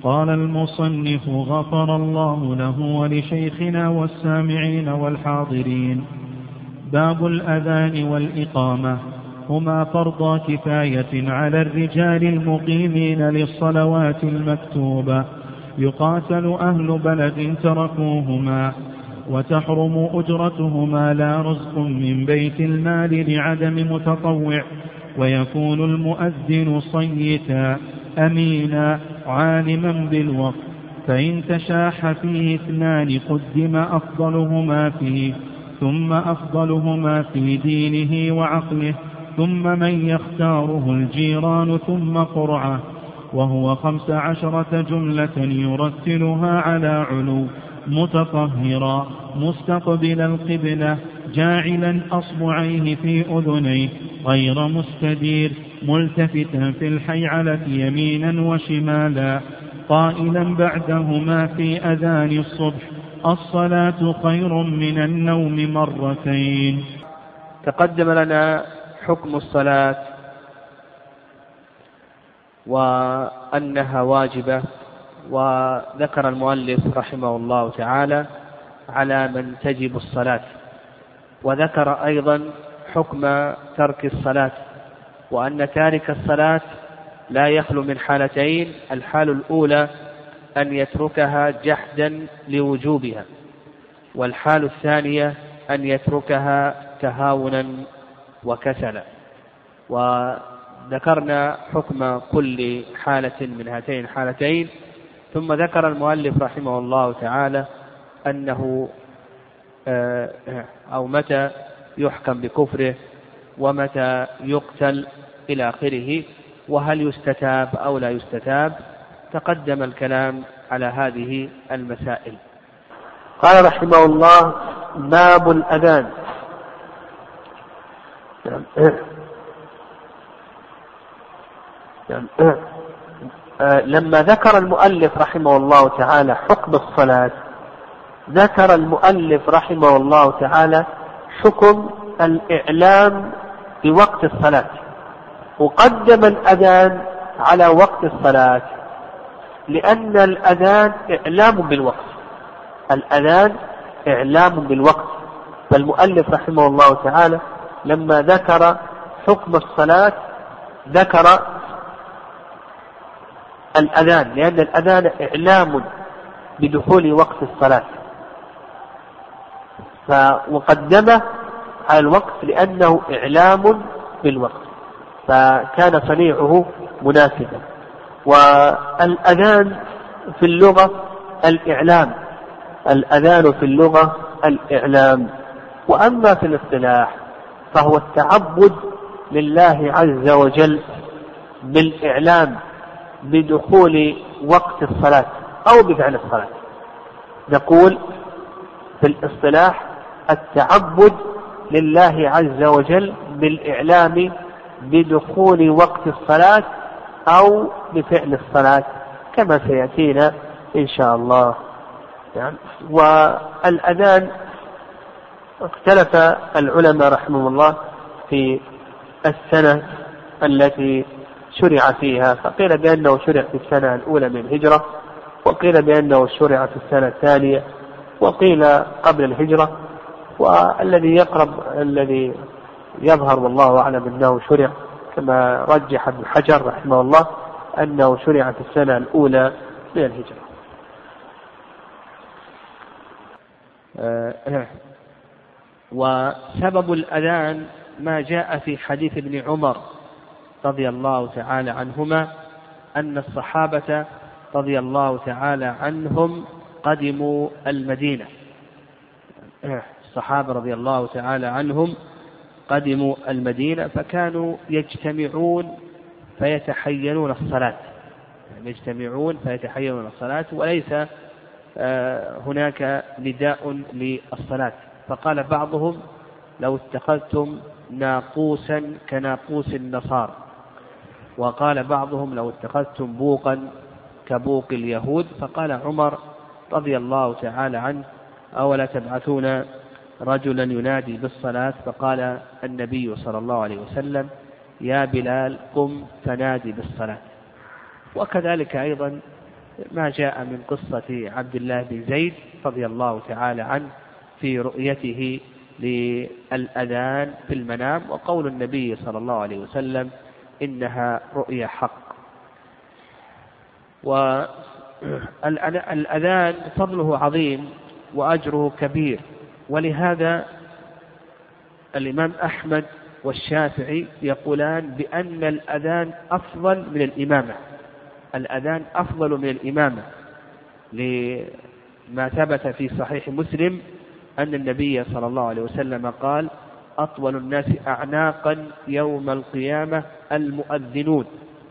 قال المصنف غفر الله له ولشيخنا والسامعين والحاضرين. باب الأذان والإقامة، هما فرضا كفاية على الرجال المقيمين للصلوات المكتوبة، يقاتل أهل بلد تركوهما، وتحرم أجرتهما لا رزق من بيت المال لعدم متطوع، ويكون المؤذن صيتا أمينا عالما بالوقت، فإن تشاح فيه اثنان قدم أفضلهما فيه، ثم أفضلهما في دينه وعقله، ثم من يختاره الجيران، ثم قرعة، وهو 15 جملة يرتلها على علو، متطهرا مستقبل القبلة، جاعلا أصبعيه في أذنيه غير مستدير، ملتفتا في الحيعلة يمينا وشمالا، قائلا بعدهما في أذان الصبح: الصلاة خير من النوم مرتين. تقدم لنا حكم الصلاة وأنها واجبة، وذكر المؤلف رحمه الله تعالى على من تجب الصلاة، وذكر أيضا حكم ترك الصلاة، وأن تارك الصلاة لا يخلو من حالتين: الحال الأولى أن يتركها جحدا لوجوبها، والحال الثانية أن يتركها تهاونا وكسلا. وذكرنا حكم كل حالة من هاتين الحالتين، ثم ذكر المؤلف رحمه الله تعالى أنه أو متى يحكم بكفره، ومتى يقتل إلى آخره، وهل يستتاب أو لا يستتاب. تقدم الكلام على هذه المسائل. قال رحمه الله: باب الأذان. لما ذكر المؤلف رحمه الله تعالى حكم الصلاة، ذكر المؤلف رحمه الله تعالى حكم الإعلام بوقت الصلاة، وقدم الأذان على وقت الصلاة لأن الأذان إعلام بالوقت، الأذان إعلام بالوقت. فالمؤلف رحمه الله تعالى لما ذكر حكم الصلاة ذكر الأذان، لأن الأذان إعلام بدخول وقت الصلاة، وقدمه على الوقت لأنه إعلام بالوقت، فكان صنيعه مناسبا. والأذان في اللغة الإعلام، الأذان في اللغة الإعلام. وأما في الاصطلاح فهو التعبد لله عز وجل بالإعلام بدخول وقت الصلاة أو بفعل الصلاة. نقول في الاصطلاح التعبد لله عز وجل بالإعلام بدخول وقت الصلاة أو بفعل الصلاة كما سيأتينا إن شاء الله. والأذان اختلف العلماء رحمه الله في السنة التي شرع فيها، فقيل بأنه شرع في السنة الأولى من الهجرة، وقيل بأنه شرع في السنة الثانية، وقيل قبل الهجرة. والذي يقرب الذي يظهر والله أعلم أنه شرع كما رجح ابن حجر رحمه الله أنه شرع في السنة الأولى من الهجرة. وسبب الأذان ما جاء في حديث ابن عمر رضي الله تعالى عنهما أن الصحابة رضي الله تعالى عنهم قدموا المدينة، الصحابة رضي الله تعالى عنهم قدموا المدينة، فكانوا يجتمعون فيتحينون الصلاة، يجتمعون فيتحينون الصلاة، وليس هناك نداء للصلاة. فقال بعضهم: لو اتخذتم ناقوسا كناقوس النصارى، وقال بعضهم: لو اتخذتم بوقا كبوق اليهود. فقال عمر رضي الله تعالى عنه: أولا تبعثون رجلا ينادي بالصلاة؟ فقال النبي صلى الله عليه وسلم: يا بلال قم فنادي بالصلاة. وكذلك أيضا ما جاء من قصة عبد الله بن زيد رضي الله تعالى عنه في رؤيته للأذان في المنام، وقول النبي صلى الله عليه وسلم إنها رؤيا حق. والأذان فضله عظيم وأجره كبير، ولهذا الإمام أحمد والشافعي يقولان بأن الأذان أفضل من الإمامة، الأذان أفضل من الإمامة، لما ثبت في صحيح مسلم أن النبي صلى الله عليه وسلم قال: أطول الناس أعناقا يوم القيامة المؤذنون.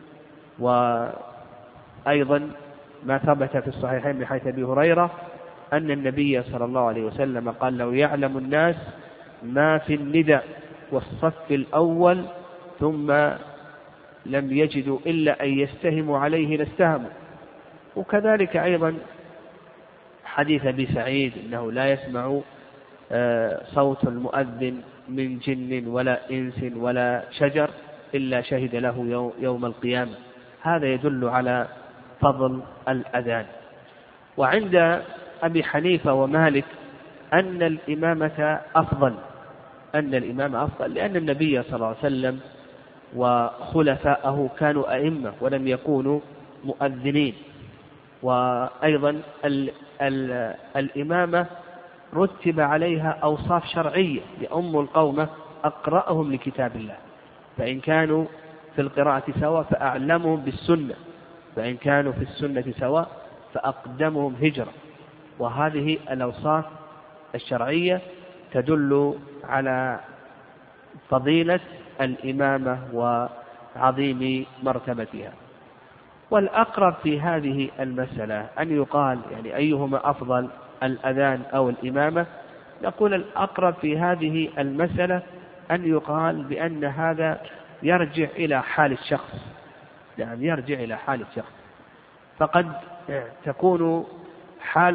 وأيضا ما ثبت في الصحيحين من حديث أبي هريرة أن النبي صلى الله عليه وسلم قال: لو يعلم الناس ما في النداء والصف الأول ثم لم يجدوا إلا أن يستهموا عليه لاستهموا. وكذلك أيضا حديث أبي سعيد أنه لا يسمع صوت المؤذن من جن ولا إنس ولا شجر إلا شهد له يوم القيامة. هذا يدل على فضل الأذان. وعند أبي حنيفة ومالك أن الإمامة أفضل، لأن النبي صلى الله عليه وسلم وخلفاءه كانوا أئمة ولم يكونوا مؤذنين. وأيضا الإمامة رتب عليها أوصاف شرعية، يؤم القوم أقرأهم لكتاب الله، فإن كانوا في القراءة سواء فأعلمهم بالسنة، فإن كانوا في السنة سواء فأقدمهم هجرة. وهذه الأوصاف الشرعية تدل على فضيلة الإمامة وعظيم مرتبتها. والأقرب في هذه المسألة أن يقال يعني أيهما أفضل، الأذان أو الإمامة، نقول الأقرب في هذه المسألة أن يقال بأن هذا يرجع إلى حال الشخص، يعني يرجع إلى حال الشخص. فقد تكون حال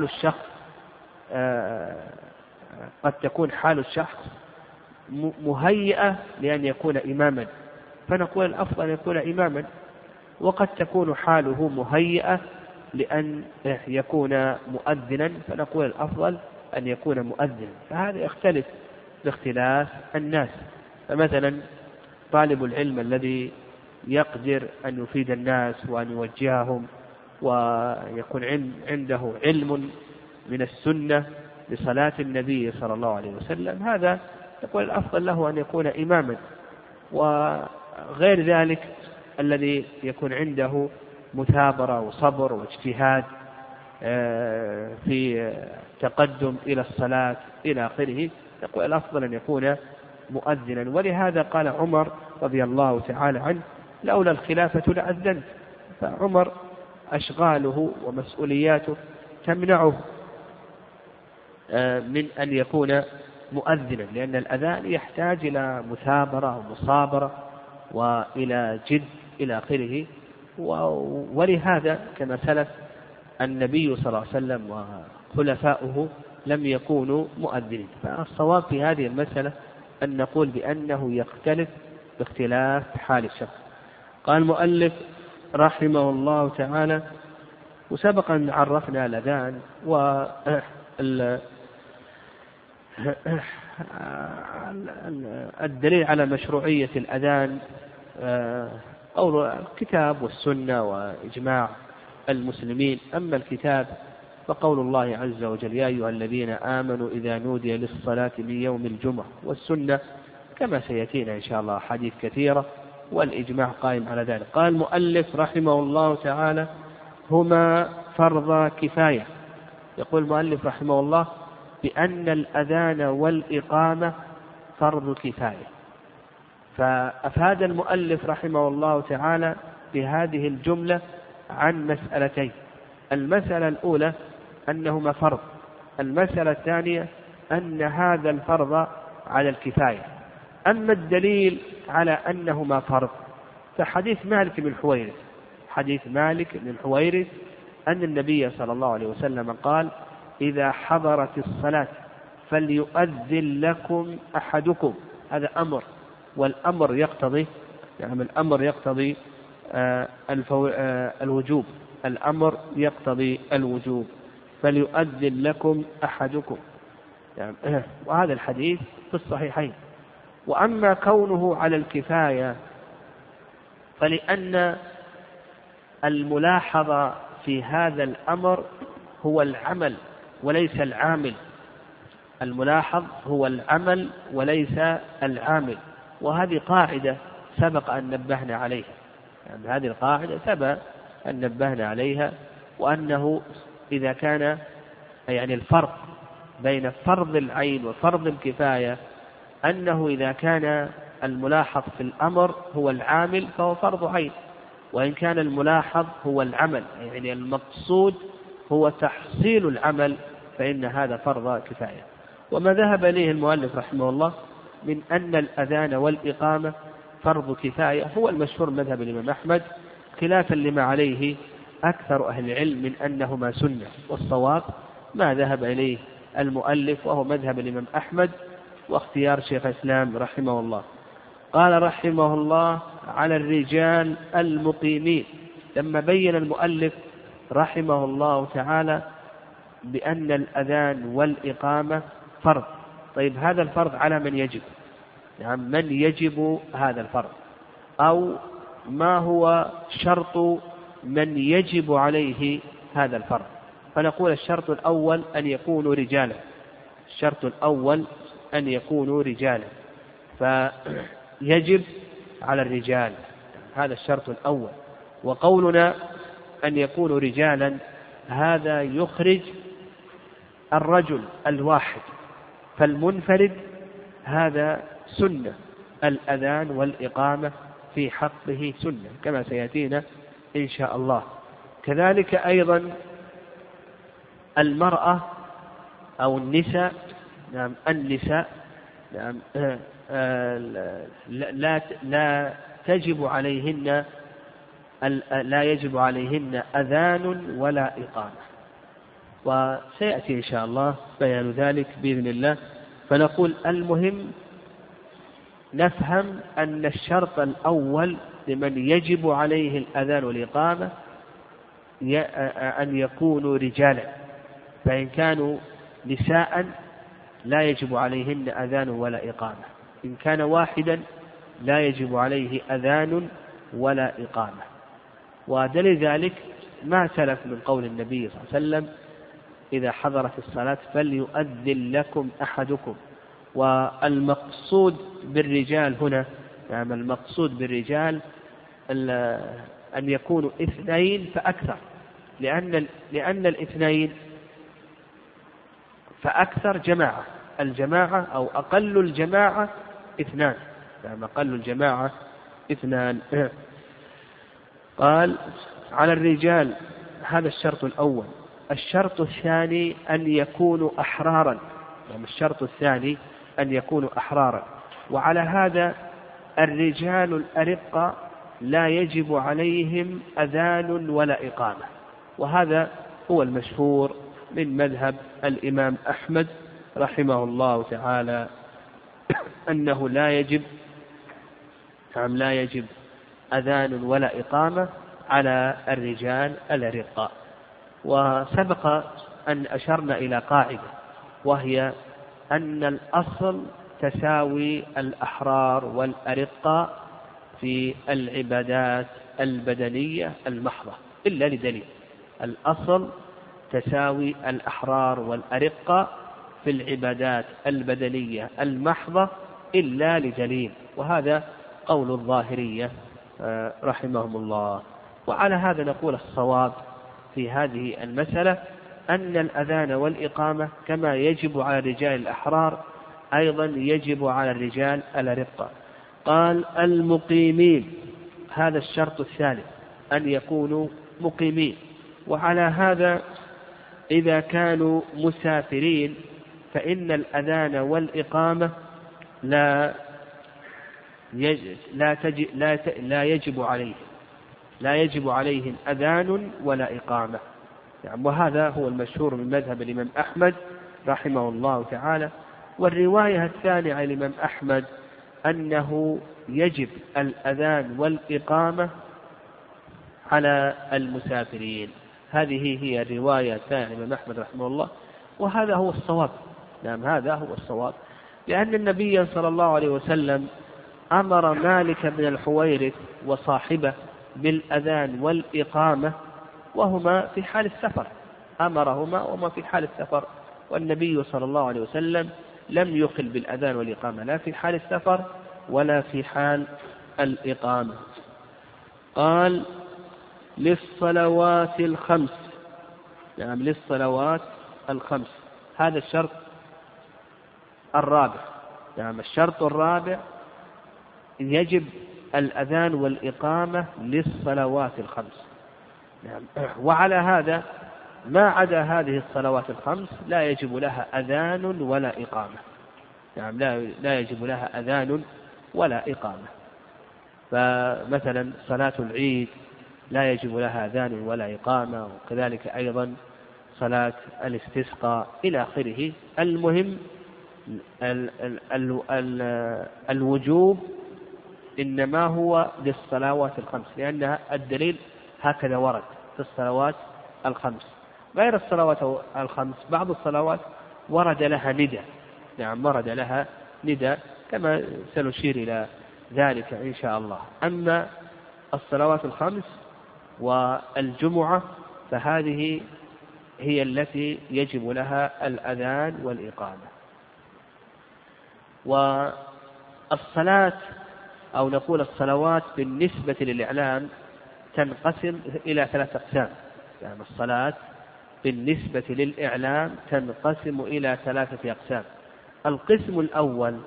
الشخص مهيئة لأن يكون إماما، فنقول الأفضل أن يكون إماما. وقد تكون حاله مهيئة لأن يكون مؤذنا، فنقول الأفضل أن يكون مؤذنا. فهذا يختلف باختلاف الناس. فمثلا طالب العلم الذي يقدر أن يفيد الناس وأن يوجههم ويكون عنده علم من السنة بصلاة النبي صلى الله عليه وسلم، هذا يقول الأفضل له أن يكون إماما. وغير ذلك الذي يكون عنده مثابرة وصبر واجتهاد في تقدم إلى الصلاة إلى آخره، يقول الأفضل أن يكون مؤذنا. ولهذا قال عمر رضي الله تعالى عنه: لولا الخلافة لأذنت. فعمر أشغاله ومسؤولياته تمنعه من أن يكون مؤذنا، لأن الأذان يحتاج إلى مثابرة ومصابرة وإلى جد إلى آخره. ولهذا كما سلف النبي صلى الله عليه وسلم وخلفاؤه لم يكونوا مؤذنين. فالصواب في هذه المسألة أن نقول بأنه يختلف باختلاف حال الشخص. قال المؤلف رحمه الله تعالى: وسبق أن عرفنا الأذان والدليل على مشروعية الأذان قول الكتاب والسنة وإجماع المسلمين. أما الكتاب فقول الله عز وجل: يا أيها الذين آمنوا إذا نودي للصلاة من يوم الجمعة. والسنة كما سيأتينا إن شاء الله حديث كثيرة، والإجماع قائم على ذلك. قال المؤلف رحمه الله تعالى: هما فرض كفاية. يقول المؤلف رحمه الله بأن الأذان والإقامة فرض كفاية. فأفاد المؤلف رحمه الله تعالى بهذه الجملة عن مسألتين: المسألة الأولى أنهما فرض، المسألة الثانية أن هذا الفرض على الكفاية. أما الدليل على أنهما فرض فحديث مالك بن الحويرث أن النبي صلى الله عليه وسلم قال: إذا حضرت الصلاة فليؤذن لكم أحدكم. هذا أمر، والأمر يقتضي الوجوب، الأمر يقتضي الوجوب، فليؤذن لكم أحدكم، يعني وهذا الحديث في الصحيحين. وأما كونه على الكفاية فلأن الملاحظة في هذا الأمر هو العمل وليس العامل، الملاحظ هو العمل وليس العامل، وهذه قاعدة سبق أن نبهنا عليها، يعني هذه القاعدة سبق أن نبهنا عليها، وأنه إذا كان يعني الفرق بين فرض العين وفرض الكفاية أنه إذا كان الملاحظ في الأمر هو العامل فهو فرض عين، وإن كان الملاحظ هو العمل يعني المقصود هو تحصيل العمل فإن هذا فرض كفاية. وما ذهب إليه المؤلف رحمه الله من أن الأذان والإقامة فرض كفاية هو المشهور مذهب الإمام أحمد، خلافا لما عليه أكثر أهل العلم من أنهما سنة، والصواب ما ذهب إليه المؤلف وهو مذهب الإمام أحمد واختيار شيخ الإسلام رحمه الله. قال رحمه الله على الرجال المقيمين، لما بين المؤلف رحمه الله تعالى بأن الأذان والإقامة فرض، طيب هذا الفرض على من يجب؟ يعني من يجب هذا الفرض، أو ما هو شرط من يجب عليه هذا الفرض؟ فنقول الشرط الأول أن يكونوا رجالا، الشرط الأول أن يكونوا رجالا، فيجب على الرجال، هذا الشرط الأول. وقولنا أن يكونوا رجالا هذا يخرج الرجل الواحد، فالمنفرد هذا سنة، الأذان والإقامة في حقه سنة كما سيأتينا إن شاء الله. كذلك أيضا المرأة أو النساء، نعم النساء، نعم لا يجب عليهن أذان ولا إقامة، وسيأتي إن شاء الله بيان ذلك بإذن الله. فنقول المهم نفهم أن الشرط الأول لمن يجب عليه الأذان والإقامة أن يكونوا رجالا، فإن كانوا نساء لا يجب عليهن أذان ولا إقامة، إن كان واحدا لا يجب عليه أذان ولا إقامة. ودليل ذلك ما سلف من قول النبي صلى الله عليه وسلم إذا حضرت الصلاة فليؤذن لكم أحدكم. والمقصود بالرجال هنا، يعني المقصود بالرجال أن يكونوا اثنين فأكثر، لأن الاثنين فأكثر جماعة، الجماعة أو أقل الجماعة اثنان، يعني أقل الجماعة اثنان. قال على الرجال، هذا الشرط الأول. الشرط الثاني أن يكونوا أحرارا، يعني الشرط الثاني أن يكونوا أحرارا. وعلى هذا الرجال الأرقة لا يجب عليهم أذان ولا إقامة، وهذا هو المشهور من مذهب الإمام أحمد رحمه الله تعالى، أنه لا يجب أذان ولا إقامة على الرجال الأرقة. وسبق أن أشرنا إلى قاعدة، وهي أن الأصل تساوي الأحرار والأرقة في العبادات البدنية المحضة إلا لدليل. الأصل تساوي الأحرار والأرقة في العبادات البدنية المحضة إلا لدليل، وهذا قول الظاهرية رحمهم الله. وعلى هذا نقول الصواب في هذه المسألة أن الأذان والإقامة كما يجب على الرجال الأحرار أيضا يجب على الرجال الأرقة. قال المقيمين، هذا الشرط الثالث أن يكونوا مقيمين. وعلى هذا إذا كانوا مسافرين فإن الأذان والإقامة لا يجب عليهم أذان ولا إقامة، يعني وهذا هو المشهور من مذهب الإمام أحمد رحمه الله تعالى. والرواية الثانية عن الإمام أحمد أنه يجب الأذان والإقامة على المسافرين. هذه هي الرواية عن الإمام أحمد رحمه الله، وهذا هو الصواب. نعم، هذا هو الصواب، لأن النبي صلى الله عليه وسلم أمر مالك بن الحويرث وصاحبه بالأذان والإقامة وهما في حال السفر، أمرهما وهما في حال السفر، والنبي صلى الله عليه وسلم لم يخل بالأذان والإقامة لا في حال السفر ولا في حال الإقامة. قال للصلوات الخمس، يعني للصلوات الخمس، هذا الشرط الرابع. يعني الشرط الرابع يجب الأذان والإقامة للصلوات الخمس. وعلى هذا ما عدا هذه الصلوات الخمس لا يجب لها أذان ولا إقامة. يعني لا يجب لها أذان ولا إقامة. فمثلا صلاة العيد لا يجب لها أذان ولا إقامة، وكذلك أيضا صلاة الاستسقاء إلى آخره. المهم الوجوب إنما هو للصلوات الخمس، لأن الدليل هكذا ورد في الصلوات الخمس. غير الصلوات الخمس بعض الصلوات ورد لها ندى، نعم ورد لها ندى كما سنشير إلى ذلك إن شاء الله. أما الصلوات الخمس والجمعة فهذه هي التي يجب لها الأذان والإقامة. والصلاة أو نقول الصلوات بالنسبة للإعلام تنقسم إلى 3 أقسام. يعني الصلاة بالنسبة للإعلام تنقسم إلى 3 أقسام. القسم الأول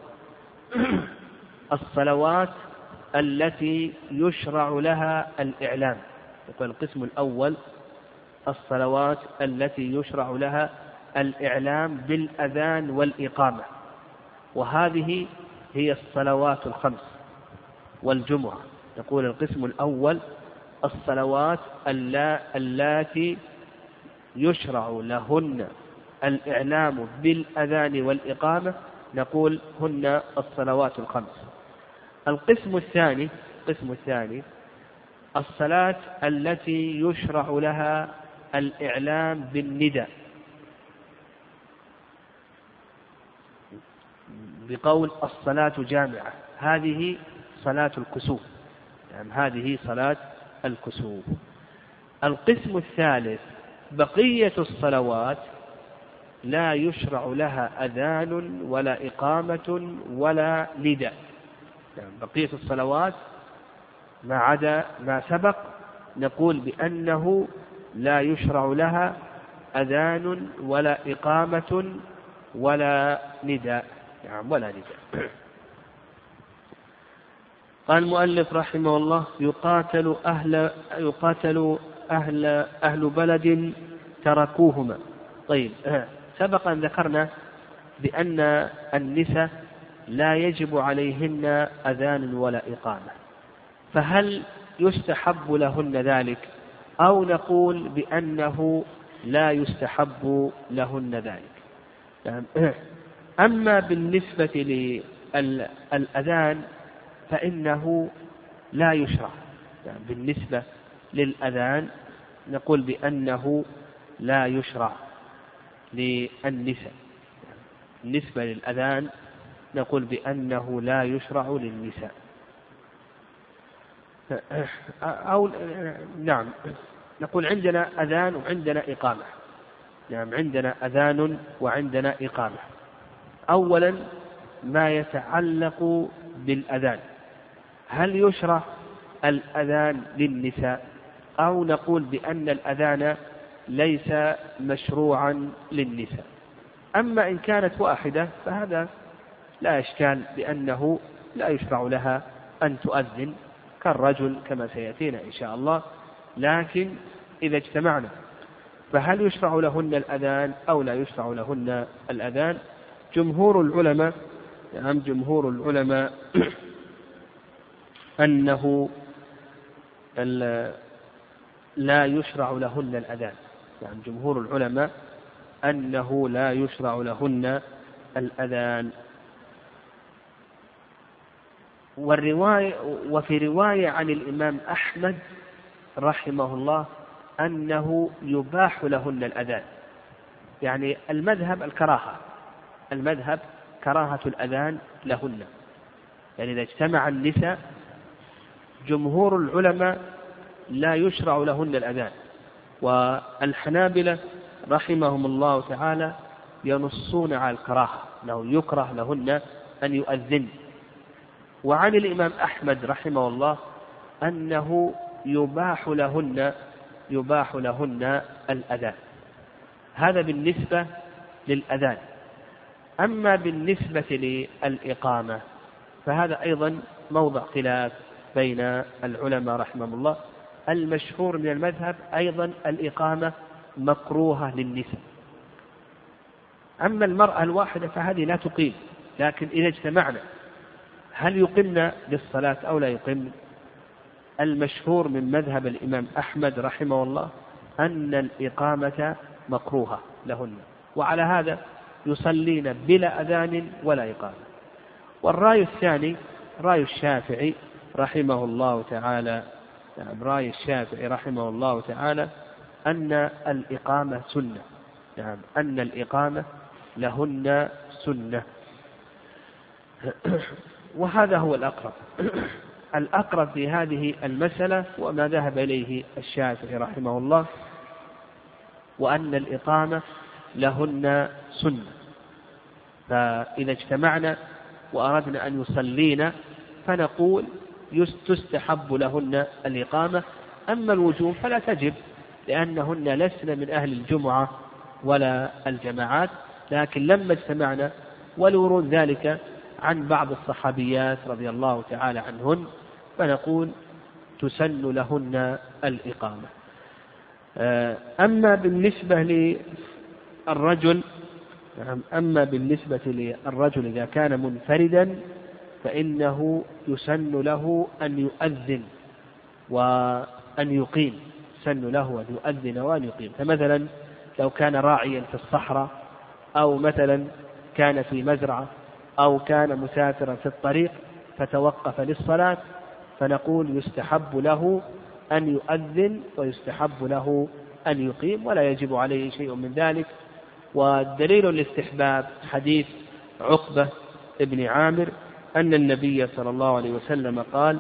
الصلوات التي يشرع لها الإعلام. يقول القسم الأول الصلوات التي يشرع لها الإعلام بالأذان والإقامة، وهذه هي الصلوات الخمس والجمعة. يقول القسم الأول الصلوات اللاتي يشرع لهن الإعلام بالأذان والإقامة، نقول هن الصلوات الخمس. القسم الثاني الصلاة التي يشرع لها الإعلام بالنداء، بقول الصلاة جامعة، هذه صلاة الكسوف، يعني هذه صلاة الكسوف. القسم الثالث بقية الصلوات لا يشرع لها أذان ولا إقامة ولا نداء. يعني بقية الصلوات ما عدا ما سبق نقول بأنه لا يشرع لها أذان ولا إقامة ولا نداء، يعني ولا نداء. قال المؤلف رحمه الله يقاتل أهل بلد تركوهما. طيب، سبق أن ذكرنا بأن النساء لا يجب عليهن أذان ولا إقامة، فهل يستحب لهن ذلك أو نقول بأنه لا يستحب لهن ذلك؟ أما بالنسبة للأذان فإنه لا يشرع. يعني بالنسبة للأذان نقول بأنه لا يشرع للنساء. بالنسبة للأذان نقول بأنه لا يشرع للنساء. أو نعم نقول عندنا أذان وعندنا إقامة. نعم عندنا أذان وعندنا إقامة. أولا ما يتعلق بالأذان، هل يشرع الأذان للنساء أو نقول بأن الأذان ليس مشروعا للنساء؟ أما إن كانت واحدة فهذا لا إشكال بأنه لا يشرع لها أن تؤذن كالرجل كما سيأتينا إن شاء الله. لكن إذا اجتمعنا فهل يشرع لهن الأذان أو لا يشرع لهن الأذان؟ جمهور العلماء أنه لا يشرع لهن الأذان. يعني جمهور العلماء أنه لا يشرع لهن الأذان. وفي رواية عن الإمام أحمد رحمه الله أنه يباح لهن الأذان، يعني المذهب كراهة الأذان لهن، يعني إذا اجتمع النساء جمهور العلماء لا يشرع لهن الأذان، والحنابلة رحمهم الله تعالى ينصون على الكراهة، أنه يكره لهن أن يؤذن. وعن الإمام أحمد رحمه الله أنه يباح لهن الأذان. هذا بالنسبة للأذان. أما بالنسبة للإقامة فهذا أيضا موضع خلاف بين العلماء رحمهم الله. المشهور من المذهب أيضا الإقامة مكروهة للنساء. أما المرأة الواحدة فهذه لا تقيم، لكن إذا اجتمعنا هل يقمن للصلاة أو لا يقمن؟ المشهور من مذهب الإمام أحمد رحمه الله أن الإقامة مكروهة لهن، وعلى هذا يصلين بلا أذان ولا إقامة. والرأي الثاني رأي الشافعي رحمه الله تعالى، رأي الشافعي رحمه الله تعالى أن الإقامة سنة، أن الإقامة لهن سنة. وهذا هو الأقرب في هذه المسألة، وما ذهب إليه الشافعي رحمه الله، وأن الإقامة لهن سنة. فإذا اجتمعنا وأردنا أن يصلين فنقول تستحب لهن الإقامة. أما الوجوب فلا تجب، لأنهن لسن من أهل الجمعة ولا الجماعات، لكن لما اجتمعنا ولورود ذلك عن بعض الصحابيات رضي الله تعالى عنهن فنقول تسن لهن الإقامة. أما بالنسبة للرجل إذا كان منفردا فإنه يسن له أن يؤذن وأن يقيم، سن له أن يؤذن وأن يقيم. فمثلا لو كان راعيا في الصحراء، أو مثلا كان في مزرعة، أو كان مسافرا في الطريق فتوقف للصلاة، فنقول يستحب له أن يؤذن ويستحب له أن يقيم، ولا يجب عليه شيء من ذلك. والدليل الاستحباب حديث عقبة ابن عامر أن النبي صلى الله عليه وسلم قال: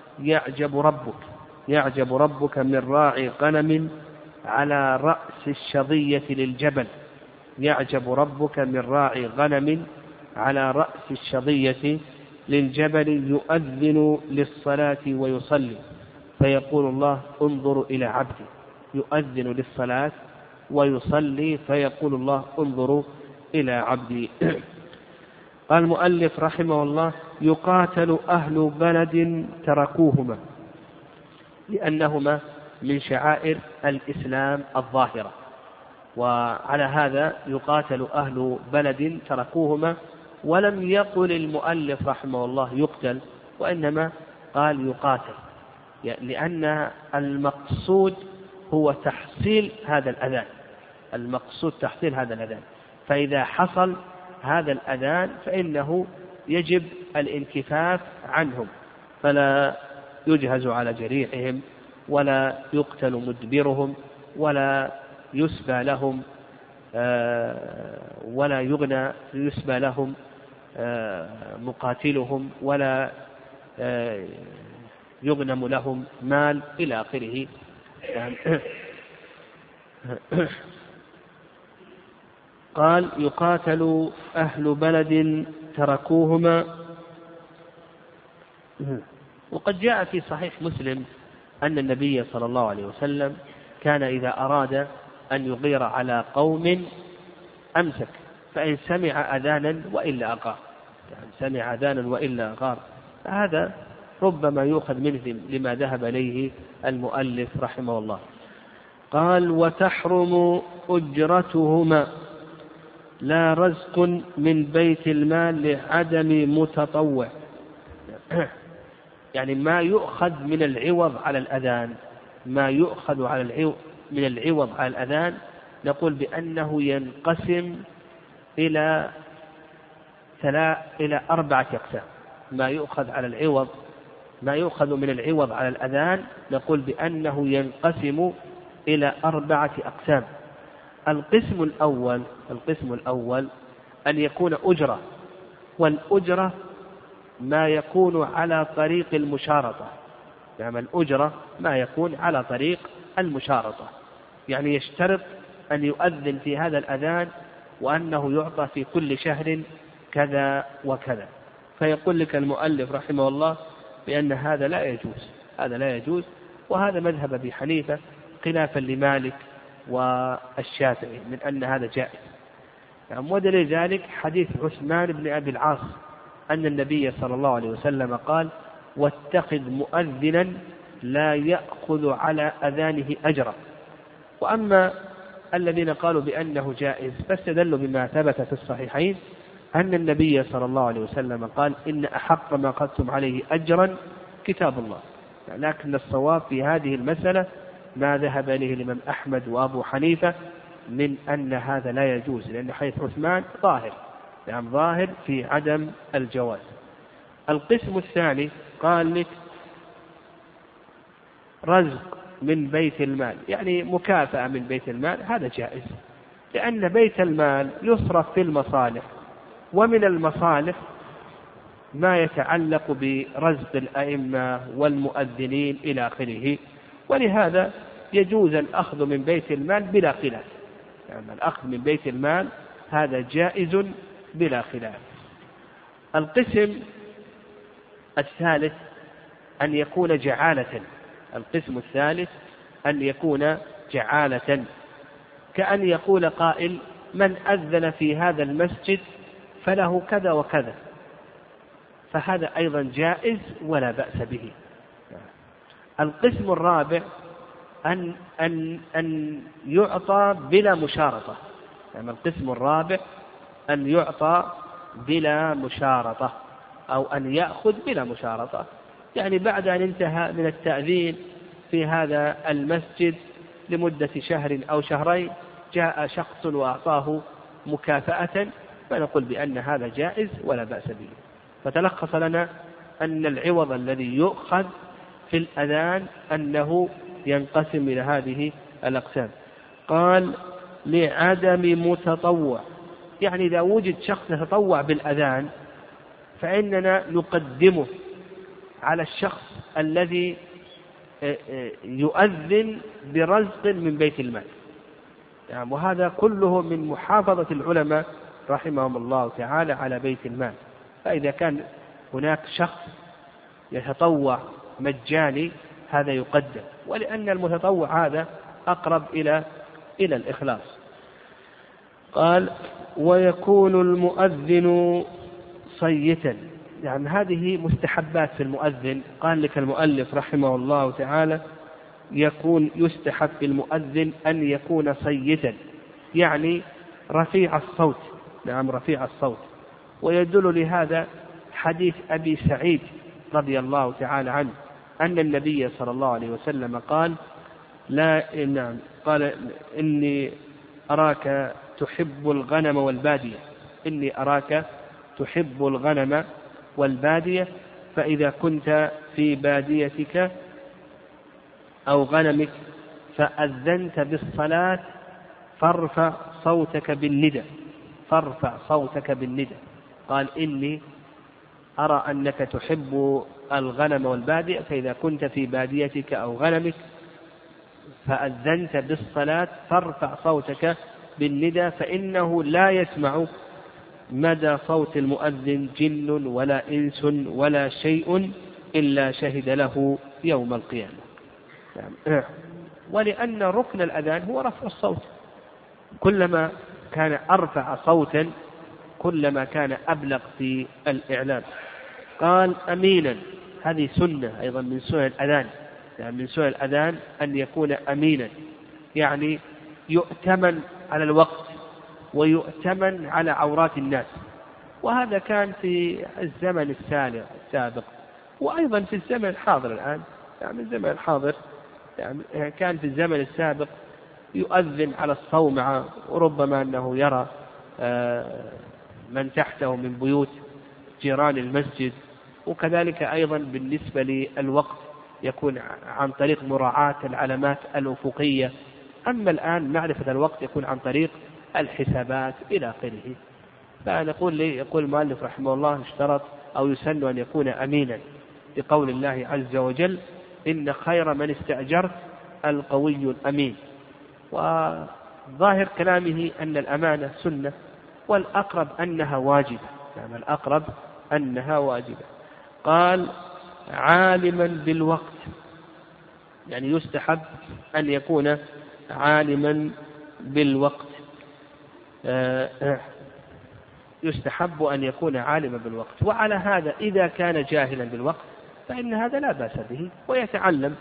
يعجب ربك من راعي غنم على رأس الشظية للجبل. يعجب ربك من راعي غنم على رأس الشظية للجبل يؤذن للصلاة ويصلي، فيقول الله: انظروا إلى عبدي. يؤذن للصلاة ويصلي، فيقول الله: انظروا إلى عبدي. قال المؤلف رحمه الله: يقاتل أهل بلد تركوهما، لأنهما من شعائر الإسلام الظاهرة. وعلى هذا يقاتل أهل بلد تركوهما، ولم يقل المؤلف رحمه الله يقتل، وإنما قال يقاتل، لأن المقصود هو تحصيل هذا الأذان. المقصود تحصيل هذا الأذان، فإذا حصل هذا الأذان فإنه يجب الانكفاف عنهم، فلا يجهز على جريحهم، ولا يقتل مدبرهم، ولا يسبى لهم، ولا يسبى لهم مقاتلهم، ولا يغنم لهم مال إلى آخره. قال: يقاتل أهل بلد تركوهما. وقد جاء في صحيح مسلم أن النبي صلى الله عليه وسلم كان إذا أراد أن يغير على قوم أمسك، فإن سمع أذانا وإلا أغار، يعني سمع أذانا وإلا أغار. فهذا ربما يؤخذ منه لما ذهب إليه المؤلف رحمه الله. قال: وتحرم أجرتهما لا رزق من بيت المال لعدم متطوع، يعني ما يؤخذ من العوض على الأذان، ما يؤخذ من العوض على الأذان نقول بأنه ينقسم إلى 4 أقسام. ما يؤخذ على العوض ما يؤخذ من العوض على الأذان نقول بأنه ينقسم إلى 4 أقسام. القسم الأول أن يكون أجرة، والأجرة ما يكون على طريق المشارطة. يعني الأجرة ما يكون على طريق المشارطة، يعني يشترط أن يؤذن في هذا الأذان وأنه يعطى في كل شهر كذا وكذا. فيقول لك المؤلف رحمه الله بأن هذا لا يجوز، وهذا مذهب أبي حنيفة خلافا لمالك والشافعي من أن هذا جائز. يعني ودليل ذلك حديث عثمان بن أبي العاص أن النبي صلى الله عليه وسلم قال: واتخذ مؤذنا لا يأخذ على أذانه أجرا. وأما الذين قالوا بأنه جائز فاستدلوا بما ثبت في الصحيحين أن النبي صلى الله عليه وسلم قال: إن أحق ما أخذتم عليه أجرا كتاب الله. لكن الصواب في هذه المسألة ما ذهب إليه الإمام أحمد وأبو حنيفة من أن هذا لا يجوز، لأن حديث عثمان ظاهر في عدم الجواز. القسم الثاني قال لك رزق من بيت المال، يعني مكافأة من بيت المال، هذا جائز، لأن بيت المال يصرف في المصالح، ومن المصالح ما يتعلق برزق الأئمة والمؤذنين إلى آخره، ولهذا يجوز الأخذ من بيت المال بلا خلاف. يعني الأخذ من بيت المال هذا جائز بلا خلاف. القسم الثالث أن يكون جعالة. القسم الثالث أن يكون جعالة، كأن يقول قائل: من أذن في هذا المسجد فله كذا وكذا، فهذا أيضا جائز ولا بأس به. القسم الرابع أن يعطى بلا مشارطة. يعني القسم الرابع أن يعطى بلا مشارطة، أو أن يأخذ بلا مشارطة، يعني بعد أن انتهى من التأذين في هذا المسجد لمدة شهر أو شهرين جاء شخص وأعطاه مكافأة، فنقول بأن هذا جائز ولا بأس به. فتلخص لنا أن العوض الذي يؤخذ في الأذان أنه ينقسم إلى هذه الأقسام. قال: لعدم متطوع، يعني إذا وجد شخص يتطوع بالأذان فإننا نقدمه على الشخص الذي يؤذن برزق من بيت المال. يعني وهذا كله من محافظة العلماء رحمهم الله تعالى على بيت المال. فإذا كان هناك شخص يتطوع مجاني هذا يقدم، ولأن المتطوع هذا أقرب إلى الإخلاص. قال: ويكون المؤذن صيتا. يعني هذه مستحبات في المؤذن. قال لك المؤلف رحمه الله تعالى: يستحب في المؤذن أن يكون صيتا، يعني رفيع الصوت. نعم، رفيع الصوت. ويدل لهذا حديث أبي سعيد رضي الله تعالى عنه أن النبي صلى الله عليه وسلم قال: قال: إني أراك تحب الغنم والبادية، إني أراك تحب الغنم والبادية، فإذا كنت في باديتك أو غنمك فأذنت بالصلاة فارفع صوتك بالندى. قال: إني أرى أنك تحب الغنم والبادية، فإذا كنت في باديتك أو غنمك فأذنت بالصلاة فارفع صوتك بالندى، فإنه لا يسمع مدى صوت المؤذن جن ولا إنس ولا شيء إلا شهد له يوم القيامة. ولأن ركن الأذان هو رفع الصوت، كلما كان أرفع صوتا كلما كان أبلغ في الإعلام. قال: أمينا، هذه سنة أيضا من سنن الأذان. يعني من سنن الأذان أن يكون أمينا، يعني يؤتمن على الوقت ويؤتمن على عورات الناس. وهذا كان في الزمن السابق، وأيضا في الزمن الحاضر الآن. يعني الزمن الحاضر يعني كان في الزمن السابق يؤذن على الصومعة، وربما أنه يرى من تحته من بيوت جيران المسجد وكذلك أيضا بالنسبة للوقت يكون عن طريق مراعاة العلامات الأفقية. أما الآن معرفة الوقت يكون عن طريق الحسابات إلى آخره. فنقول يقول المؤلف رحمه الله اشترط أو يسن أن يكون أمينا بقول الله عز وجل إن خير من استأجرت القوي الأمين. وظاهر كلامه أن الأمانة سنة، والأقرب أنها واجبة، يعني الأقرب أنها واجبة. قال عالما بالوقت، يعني يستحب أن يكون عالما بالوقت، يستحب أن يكون عالما بالوقت. وعلى هذا إذا كان جاهلا بالوقت فإن هذا لا بأس به ويتعلم.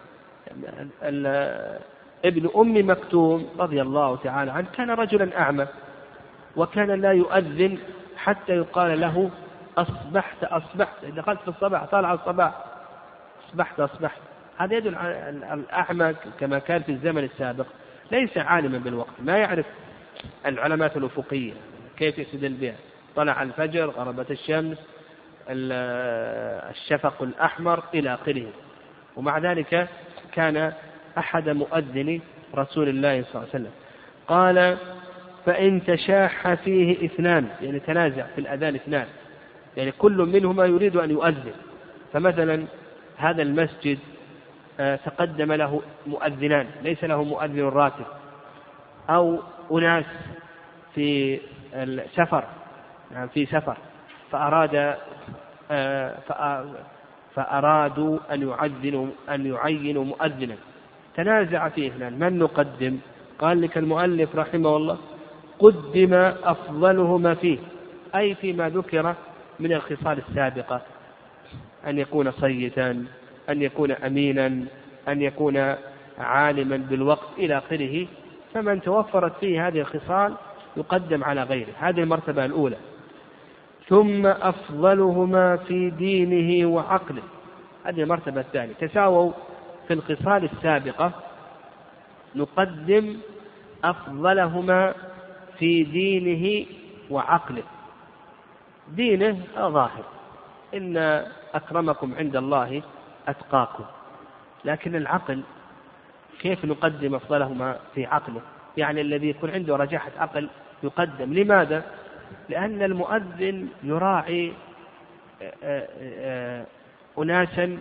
ابن أم مكتوم رضي الله تعالى عنه كان رجلا أعمى، وكان لا يؤذن حتى يقال له أصبحت أصبحت، إذا دخلت في الصباح طالع الصباح أصبحت أصبحت. هذا يدل على الأعمى كما كان في الزمن السابق ليس عالما بالوقت، ما يعرف العلامات الأفقية كيف يستدل بها، طلع الفجر، غربت الشمس، الشفق الأحمر إلى آخره. ومع ذلك كان أحد مؤذن رسول الله صلى الله عليه وسلم. قال فإن تشاح فيه اثنان، يعني تنازع في الأذان اثنان، يعني كل منهما يريد أن يؤذن، فمثلا هذا المسجد تقدم له مؤذنان ليس له مؤذن راتب، أو أناس في السفر، يعني في سفر فأرادوا أن يعينوا مؤذنا، تنازع فيه اثنان من نقدم؟ قال لك المؤلف رحمه الله قدم أفضلهما فيه، أي فيما ذكر من الخصال السابقة، أن يكون صيتا، أن يكون أمينا، أن يكون عالما بالوقت إلى آخره. فمن توفرت فيه هذه الخصال يقدم على غيره، هذه المرتبة الأولى. ثم أفضلهما في دينه وعقله، هذه المرتبة الثانية. تساووا في الخصال السابقة، نقدم أفضلهما في دينه وعقله. دينه ظاهر، إن أكرمكم عند الله أتقاكم، لكن العقل كيف نقدم أفضلهما في عقله؟ يعني الذي يكون عنده رجاحة عقل يقدم. لماذا؟ لأن المؤذن يراعي أناسا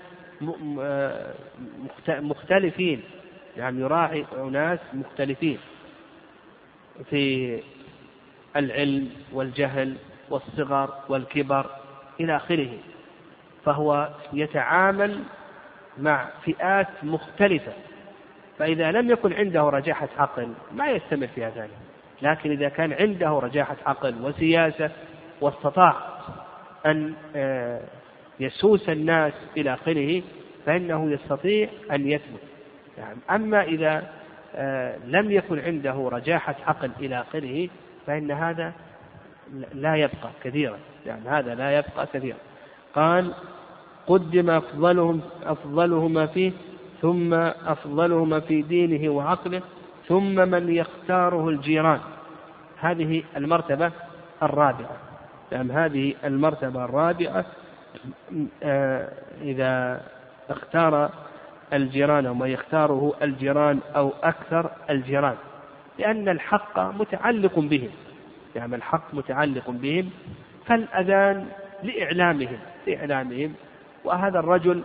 مختلفين، يعني يراعي أناس مختلفين في العلم والجهل والصغر والكبر إلى آخره، فهو يتعامل مع فئات مختلفة. فإذا لم يكن عنده رجاحة عقل ما يستمر في ذلك، لكن إذا كان عنده رجاحة عقل وسياسة واستطاع أن يسوس الناس إلى آخره فإنه يستطيع أن يثبت. يعني أما إذا لم يكن عنده رجاحة عقل إلى آخره فإن هذا لا يبقى كثيرا، يعني هذا لا يبقى كثيرا. قال قدم أفضلهما فيه، ثم أفضلهما في دينه وعقله، ثم من يختاره الجيران. هذه المرتبة الرابعة، يعني هذه المرتبة الرابعة إذا اختار الجيران وما يختاره الجيران أو أكثر الجيران، لأن الحق متعلق بهم، يعني الحق متعلق بهم، فالأذان لإعلامهم. وهذا الرجل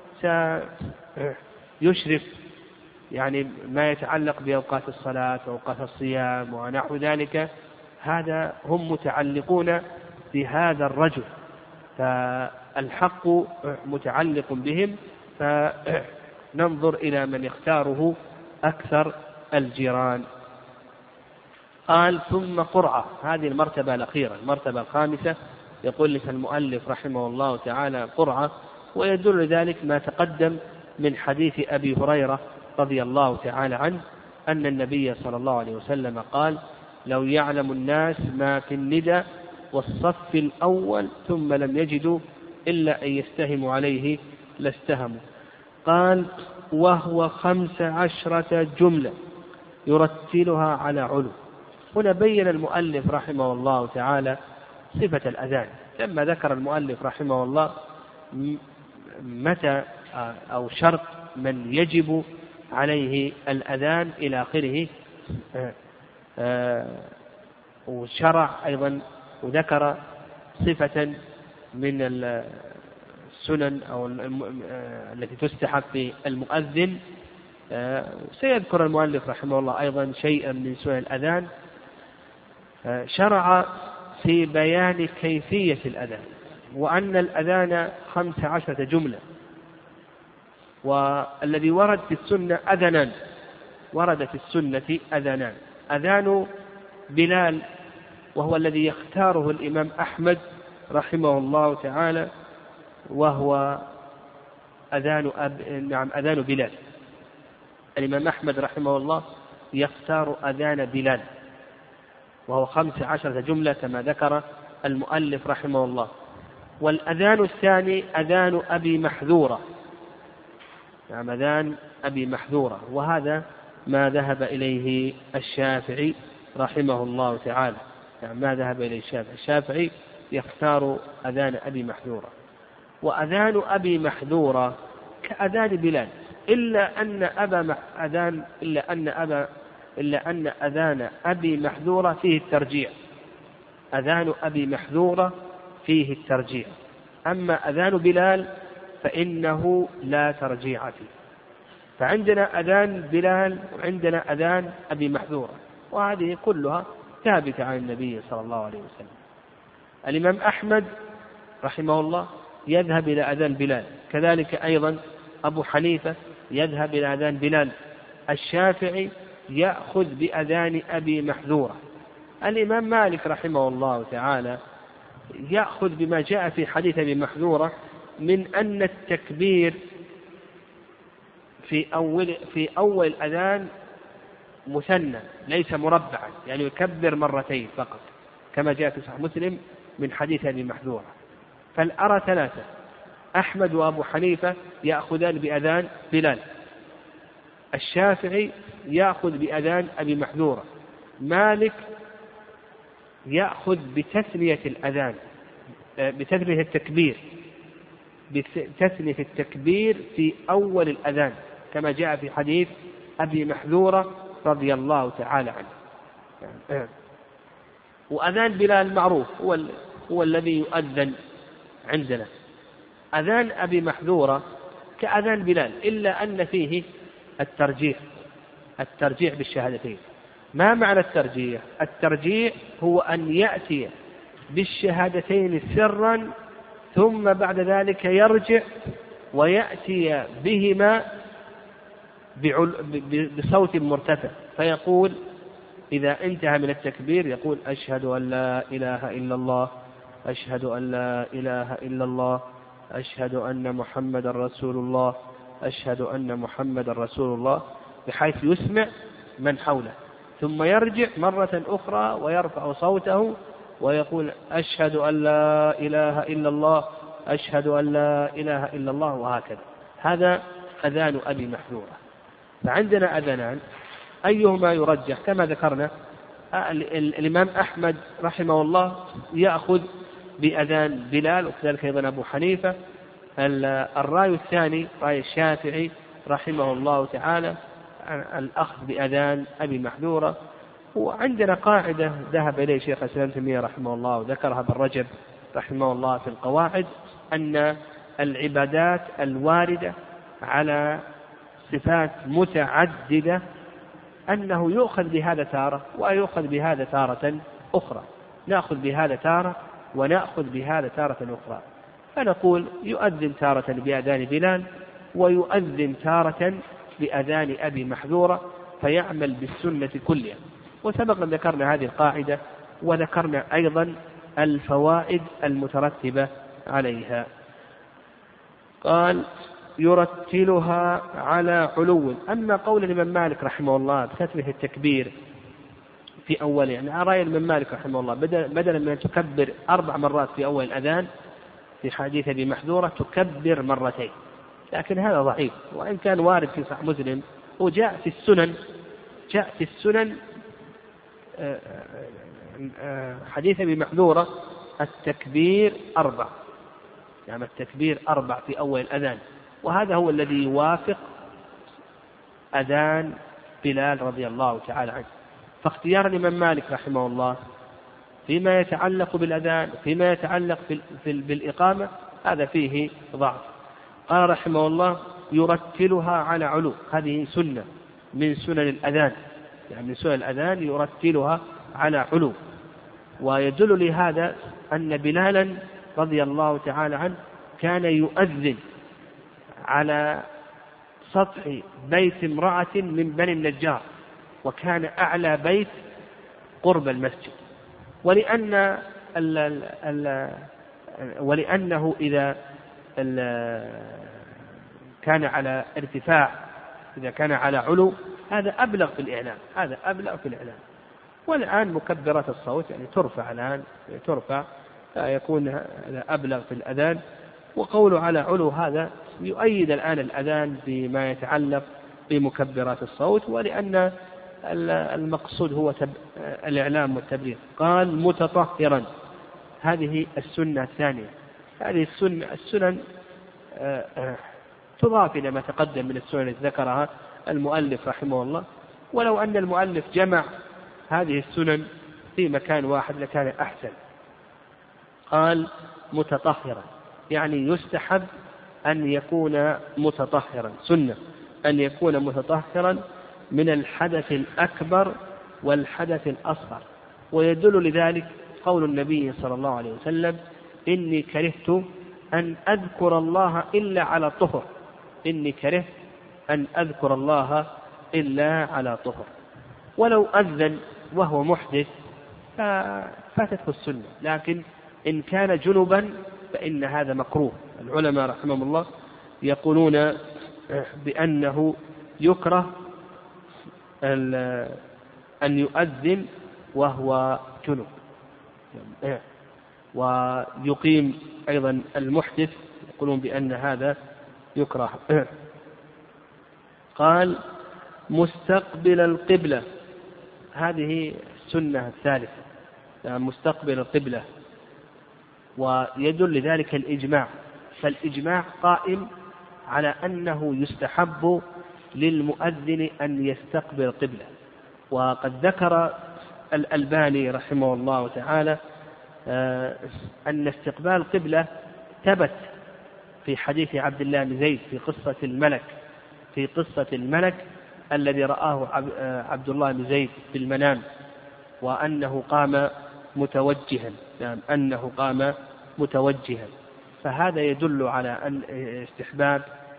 سيشرف يعني ما يتعلق بأوقات الصلاة وأوقات الصيام ونحو ذلك، هذا هم متعلقون بهذا الرجل، فالحق متعلق بهم، فننظر إلى من يختاره أكثر الجيران. قال ثم قرعة، هذه المرتبة الأخيرة، المرتبة الخامسة. يقول لك المؤلف رحمه الله تعالى قرعة، ويدل ذلك ما تقدم من حديث أبي هريرة رضي الله تعالى عنه أن النبي صلى الله عليه وسلم قال لو يعلم الناس ما في الندى والصف الأول ثم لم يجدوا إلا أن يستهموا عليه لاستهموا. قال وهو 15 جملة يرتلها على علو. هنا بين المؤلف رحمه الله تعالى صفة الأذان. لما ذكر المؤلف رحمه الله متى أو شرط من يجب عليه الأذان إلى آخره. وشرع أيضا وذكر صفة من السنن أو التي تستحب في المؤذن. سيذكر المؤلف رحمه الله أيضا شيئا من سنن الأذان. شرع في بيان كيفية الأذان، وأن الأذان 15 جملة، والذي ورد في السنة أذانان، ورد في السنة أذانان: أذان بلال وهو الذي يختاره الإمام أحمد رحمه الله تعالى، وهو أذان بلال. الإمام أحمد رحمه الله يختار أذان بلال وهو 15 جملة كما ذكر المؤلف رحمه الله. والأذان الثاني أذان أبي محذورة، أذان أبي محذورة، وهذا ما ذهب إليه الشافعي رحمه الله تعالى، ما ذهب إليه الشافعي يختار أذان أبي محذورة. وأذان أبي محذورة كأذان بلال، إلا أن أذان أبي محذورة فيه الترجيع. أذان أبي محذورة فيه الترجيع، أما أذان بلال فإنه لا ترجيع فيه. فعندنا أذان بلال وعندنا أذان أبي محذورة، وهذه كلها ثابتة عن النبي صلى الله عليه وسلم. الإمام أحمد رحمه الله يذهب إلى أذان بلال، كذلك أيضا أبو حنيفة يذهب إلى أذان بلال، الشافعي يأخذ بأذان أبي محذورة، الإمام مالك رحمه الله تعالى يأخذ بما جاء في حديث أبي محذورة من أن التكبير في أول الأذان مثنى ليس مربعا، يعني يكبر مرتين فقط كما جاء في صحيح مسلم من حديث أبي محذورة. فالأرى ثلاثة: أحمد وأبو حنيفة يأخذان بأذان بلال، الشافعي يأخذ بأذان أبي محذورة، مالك يأخذ بتثنية الأذان، بتثنية التكبير في أول الأذان كما جاء في حديث أبي محذورة رضي الله تعالى عنه. وأذان بلال معروف هو الذي يؤذن عندنا. أذان أبي محذورة كأذان بلال، إلا أن فيه الترجيح بالشهادتين. ما معنى الترجيح؟ الترجيح هو أن يأتي بالشهادتين سرا ثم بعد ذلك يرجع ويأتي بهما بصوت مرتفع، فيقول إذا انتهى من التكبير يقول: أشهد أن لا إله إلا الله، أشهد أن لا إله إلا الله، أشهد أن محمد رسول الله، أشهد أن محمد رسول الله، بحيث يسمع من حوله، ثم يرجع مرة أخرى ويرفع صوته ويقول: أشهد أن لا إله إلا الله، أشهد أن لا إله إلا الله، وهكذا. هذا أذان أبي محذورة. فعندنا أذانان، أيهما يرجح؟ كما ذكرنا الإمام أحمد رحمه الله يأخذ بأذان بلال، وكذلك أيضا أبو حنيفة. الرأي الثاني رأي الشافعي رحمه الله تعالى الأخذ بأذان أبي محذورة. وعندنا قاعدة ذهب إليه شيخ الإسلام ابن تيمية رحمه الله وذكرها ابن رجب رحمه الله في القواعد، أن العبادات الواردة على صفات متعددة أنه يؤخذ بهذا تارة ويؤخذ بهذا تارة أخرى، نأخذ بهذا تارة ونأخذ بهذا تارة أخرى. فنقول يؤذن تارة بأذان بلال ويؤذن تارة بأذان أبي محذورة، فيعمل بالسنة كلها. وسبق أن ذكرنا هذه القاعدة وذكرنا أيضا الفوائد المترتبة عليها. قال: يرتلها على علو. أما قول الإمام مالك رحمه الله بتثبيت التكبير في أول، يعني رأي الإمام مالك رحمه الله بدلا من أن تكبر 4 مرات في أول الأذان في حديث أبي محذورة تكبر مرتين، لكن هذا ضعيف، وإن كان وارد في صحيح مسلم وجاء في السنن حديث أبي محذورة التكبير 4، يعني التكبير 4 في أول الأذان، وهذا هو الذي يوافق أذان بلال رضي الله تعالى عنه. فاختيار الإمام مالك رحمه الله فيما يتعلق بالأذان فيما يتعلق بالإقامة هذا فيه ضعف. قال رحمه الله يرتلها على علو، هذه سنة من سنن الأذان، يعني من سنن الأذان يرتلها على علو. ويدل لهذا أن بلالا رضي الله تعالى عنه كان يؤذن على سطح بيت امرأة من بني النجار، وكان أعلى بيت قرب المسجد، ولأنه إذا كان على ارتفاع، إذا كان على علو هذا أبلغ في الإعلام، هذا أبلغ في الإعلام. والآن مكبرات الصوت يعني ترفع الآن، ترفع يكون هذا أبلغ في الأذان. وقوله على علو هذا يؤيد الآن الأذان بما يتعلق بمكبرات الصوت، ولأن المقصود هو الإعلام والتبليغ. قال متطهرا، هذه السنة الثانية. هذه السنن تضاف إلى ما تقدم من السنن التي ذكرها المؤلف رحمه الله، ولو أن المؤلف جمع هذه السنن في مكان واحد لكان أحسن. قال متطهرا، يعني يستحب أن يكون متطهرا، سنة أن يكون متطهرا من الحدث الأكبر والحدث الأصغر. ويدل لذلك قول النبي صلى الله عليه وسلم إني كرهت أن أذكر الله إلا على طهر، إني كرهت أن أذكر الله إلا على طهر. ولو أذن وهو محدث فاتته السنة، لكن إن كان جنبا فإن هذا مكروه. العلماء رحمهم الله يقولون بأنه يكره أن يؤذن وهو جنب، ويقيم أيضا المحدث، يقولون بأن هذا يكره. قال مستقبل القبلة، هذه السنة الثالثة، يعني مستقبل القبلة. ويدل لذلك الإجماع، فالإجماع قائم على أنه يستحب للمؤذن أن يستقبل القبلة. وقد ذكر الألباني رحمه الله تعالى أن استقبال القبلة ثبت في حديث عبد الله بن زيد في قصة الملك الذي رآه عبد الله بن زيد في المنام، وأنه قام متوجها، يعني أنه قام متوجها. فهذا يدل على أن استحباب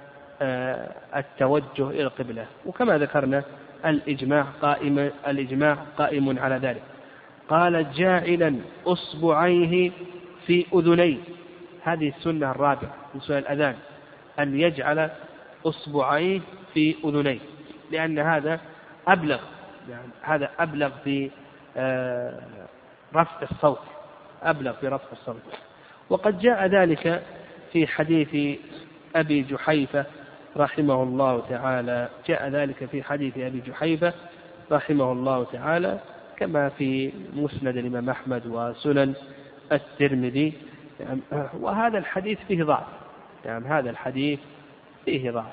التوجه إلى القبلة. وكما ذكرنا الإجماع قائم على ذلك. قال جاعلا أصبعيه في أذنيه، هذه السنة الرابعة من سنن الأذان، أن يجعل أصبعيه في أذنيه، لأن هذا أبلغ، يعني هذا أبلغ في رفع الصوت، أبلغ في رفع الصوت. وقد جاء ذلك في حديث أبي جحيفة رحمه الله تعالى، جاء ذلك في حديث أبي جحيفة رحمه الله تعالى كما في مسند الإمام أحمد وسنن الترمذي. وهذا الحديث فيه ضعف، يعني هذا الحديث فيه ضعف.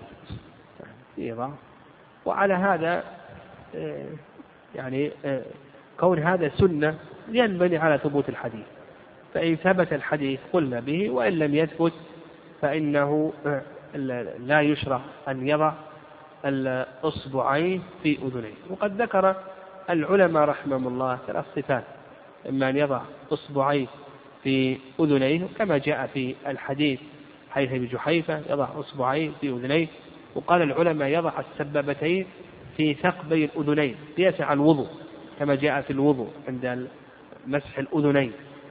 وعلى هذا يعني كون هذا سنة ينبني على ثبوت الحديث، فإن ثبت الحديث قلنا به، وإن لم يثبت فإنه لا يشرع أن يضع الأصبعين في أذنيه. وقد ذكر العلماء رحمهم الله 3 صفات: إما أن يضع أصبعين في أذنيه كما جاء في الحديث حيث أبي جحيفة يضع أصبعين في أذنيه. وقال العلماء يضع السبابتين في ثقبي الأذنين قياسا على الوضوء كما جاء في الوضوء عند مسح الأذنين.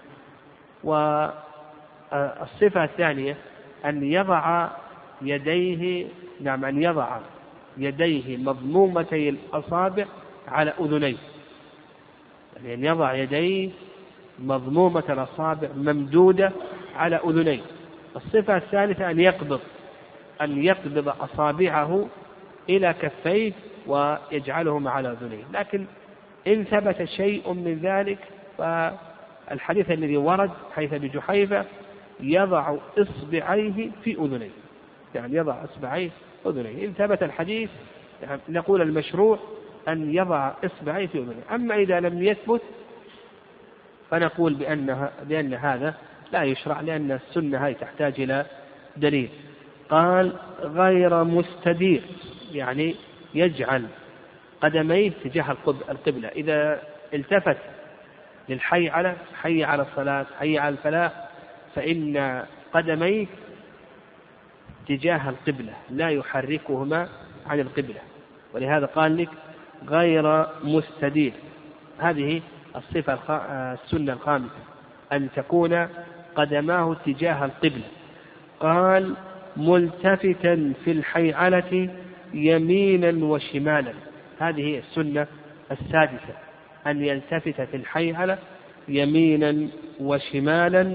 والصفة الثانية أن يضع يديه، نعم، أن يضع يديه مضمومتي الأصابع على أذنيه، يعني أن يضع يديه مضمومة الأصابع ممدودة على أذنيه. الصفة الثالثة أن يقبض أصابعه إلى كفيه ويجعلهما على أذنيه. لكن إن ثبت شيء من ذلك فالحديث الذي ورد حيث أبي جحيفة يضع إصبعيه في أذنيه، يعني يضع إصبعيه في أذنيه. إن ثبت الحديث يعني نقول المشروع أن يضع إصبعيه في أذنيه. أما إذا لم يثبت فنقول بأن هذا لا يشرع، لأن السنة هذه تحتاج إلى دليل. قال غير مستدير، يعني يجعل قدميه تجاه القبلة. إذا التفت للحي على الصلاة، حي على الفلاح، فإن قدميه تجاه القبلة لا يحركهما عن القبلة، ولهذا قال لك غير مستدير. هذه الصفة السنة الخامسة، أن تكون قدماه تجاه القبلة. قال ملتفتا في الحيعلة يمينا وشمالا. هذه السنة السادسة، أن يلتفت في الحيعلة يمينا وشمالا،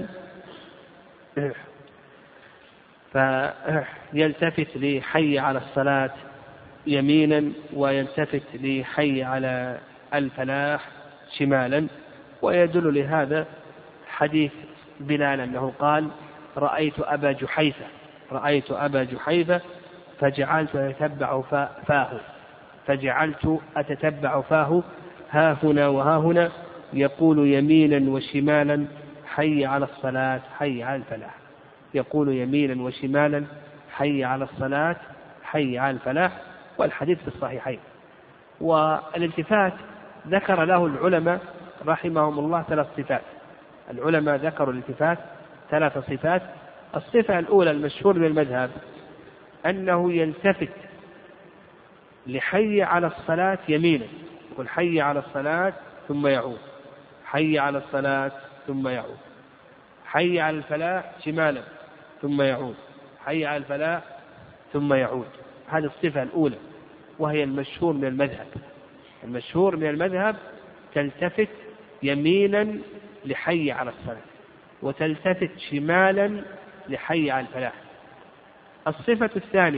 فيلتفت لحي على الصلاة يمينا، ويلتفت لحي على الفلاح شمالا. ويدل لهذا حديث بلال أنه قال رأيت أبا جحيفة فجعلت أتتبع فاه ها هنا وها هنا يقول يمينا وشمالا حي على الصلاة حي على الفلاح، يقول يمينا وشمالا حي على الصلاة حي على الفلاح. والحديث في الصحيحين. والالتفات ذكر له العلماء رحمهم الله 3 صفات. العلماء ذكروا الالتفات 3 صفات. الصفة الأولى المشهور بالمذهب أنه يلتفت لحي على الصلاة يمينا، يقول حي على الصلاة ثم يعود، حي على الصلاة ثم يعود، حي على الفلاح شمالا ثم يعود، حي على الفلاح ثم يعود. هذه الصفة الأولى وهي المشهور من المذهب. المشهور من المذهب تلتفت يمينا لحي على الصلاة، وتلتفت شمالا لحي على الفلاح. الصفة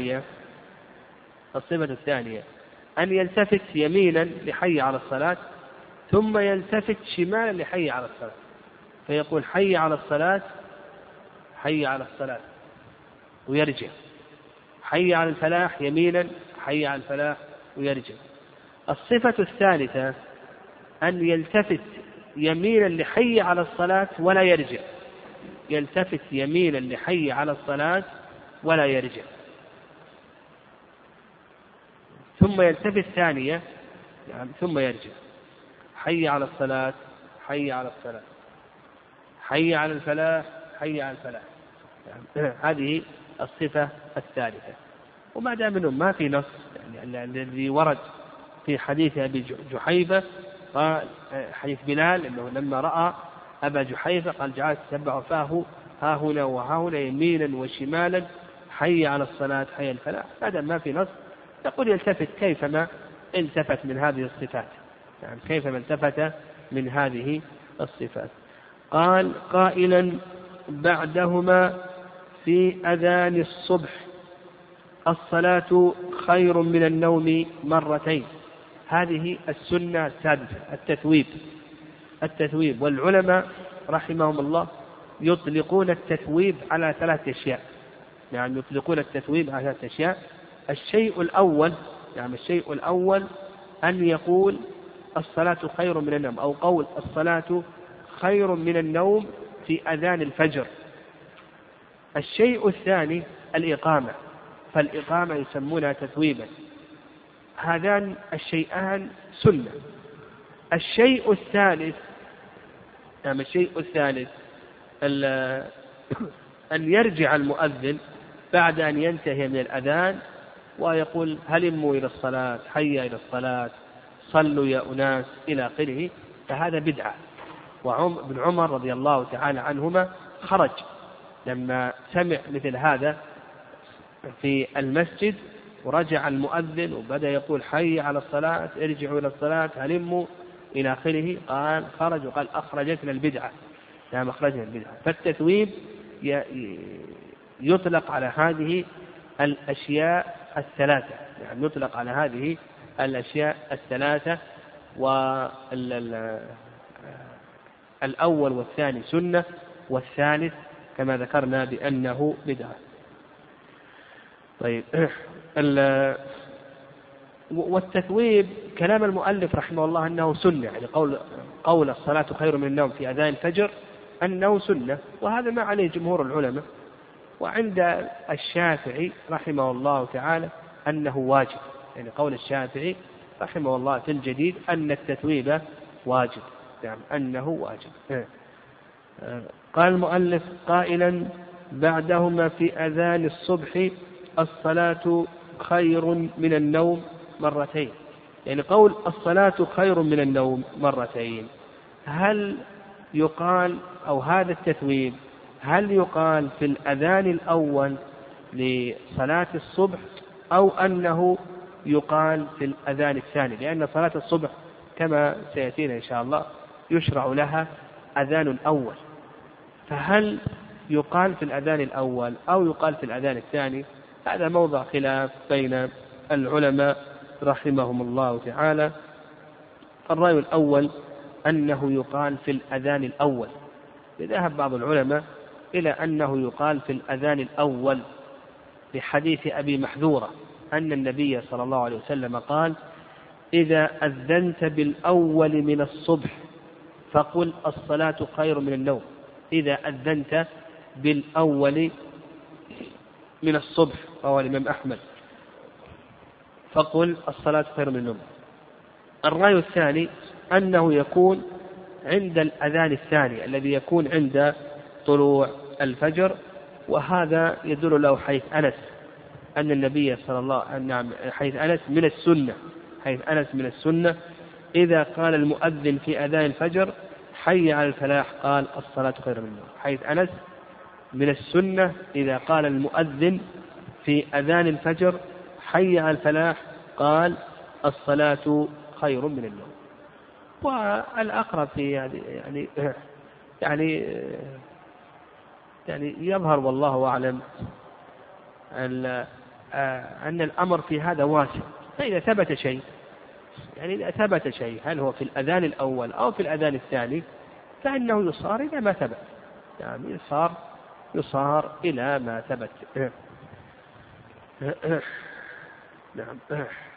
الثانية أن يلتفت يمينا لحي على الصلاة ثم يلتفت شمالا لحي على الصلاة، فيقول حي على الصلاة حي على الصلاة ويرجع، حي على الفلاح يمينا حي على الفلاح ويرجع. الصفة الثالثة أن يلتفت يمينا لحي على الصلاة ولا يرجع، يلتفت يمينا لحي على الصلاة ولا يرجع، ثم يلتفت ثانية ثم يرجع، حي على الصلاة حي على الصلاة حي على الفلاح حي على الفلاح. هذه الصفة الثالثة. وما دام منهم ما في نص، يعني الذي ورد في حديث أبي جحيفة قال حديث بلال أنه لما رأى أبا جحيفة قال جعلت تتبع فاه ها هنا وها هنا يمينا وشمالا حي على الصلاة حي على الفلاح. ما دام ما في نص يقول يلتفت كيفما التفت من هذه الصفات، يعني كيفما التفت من هذه الصفات. قال قائلا بعدهما في أذان الصبح الصلاة خير من النوم مرتين. هذه السنة السادسة التثويب. والعلماء رحمهم الله يطلقون التثويب على 3 أشياء، يعني يطلقون التثويب على 3 أشياء. الشيء الأول أن يقول الصلاة خير من النوم، أو قول الصلاة خير من النوم في أذان الفجر. الشيء الثاني الإقامة، فالإقامة يسمونها تثويبا. هذان الشيئان سنة. الشيء الثالث أن يرجع المؤذن بعد أن ينتهي من الأذان ويقول هلموا إلى الصلاة حي إلى الصلاة صلوا يا أناس إلى آخره، فهذا بدعة. وابن عمر رضي الله تعالى عنهما خرج لما سمع مثل هذا في المسجد، ورجع المؤذن وبدأ يقول حي على الصلاة ارجعوا إلى الصلاة هلموا إلى آخره، قال خرج وقال أخرجتنا البدعة، لا مخرجنا البدعة. فالتثويب يطلق على هذه الأشياء الثلاثة، يعني يطلق على هذه الأشياء الثلاثة. والأول والثاني سنة، والثالث كما ذكرنا بأنه بدعة. طيب والتثويب كلام المؤلف رحمه الله أنه سنة، يعني قول الصلاة خير من النوم في أذان الفجر أنه سنة، وهذا ما عليه جمهور العلماء. وعند الشافعي رحمه الله تعالى أنه واجب، يعني قول الشافعي رحمه الله في الجديد أن التثويب واجب، يعني أنه واجب. قال المؤلف قائلا بعدهما في أذان الصبح الصلاة خير من النوم مرتين، يعني قول الصلاة خير من النوم مرتين، هل يقال أو هذا التثويب هل يقال في الأذان الأول لصلاة الصبح أو أنه يقال في الأذان الثاني؟ لأن صلاة الصبح كما سيأتينا إن شاء الله يشرع لها أذان أول، فهل يقال في الأذان الأول أو يقال في الأذان الثاني؟ هذا موضع خلاف بين العلماء رحمهم الله تعالى. الرأي الأول أنه يقال في الأذان الأول، ذهب بعض العلماء إلى أنه يقال في الأذان الأول لحديث أبي محذورة أن النبي صلى الله عليه وسلم قال إذا أذنت بالأول من الصبح فقل الصلاة خير من النوم. إذا أذنت بالأول من الصبح رواه الإمام أحمد فقل الصلاة خير من النوم. الرأي الثاني أنه يكون عند الأذان الثاني الذي يكون عند طلوع الفجر، وهذا يدل له حيث أنس أن النبي صلى الله عليه وسلم حيث أنس من السنة إذا قال المؤذن في أذان الفجر حي على الفلاح قال الصلاة خير من النوم. حيث أنس من السنة إذا قال المؤذن في أذان الفجر حي على الفلاح قال الصلاة خير من النوم. والأقرب في يعني يظهر والله أعلم أن الأمر في هذا واسع. فإذا ثبت شيء هل هو في الأذان الأول أو في الأذان الثاني فإنه يصار إلى ما ثبت، يعني يصار إلى ما ثبت. نعم.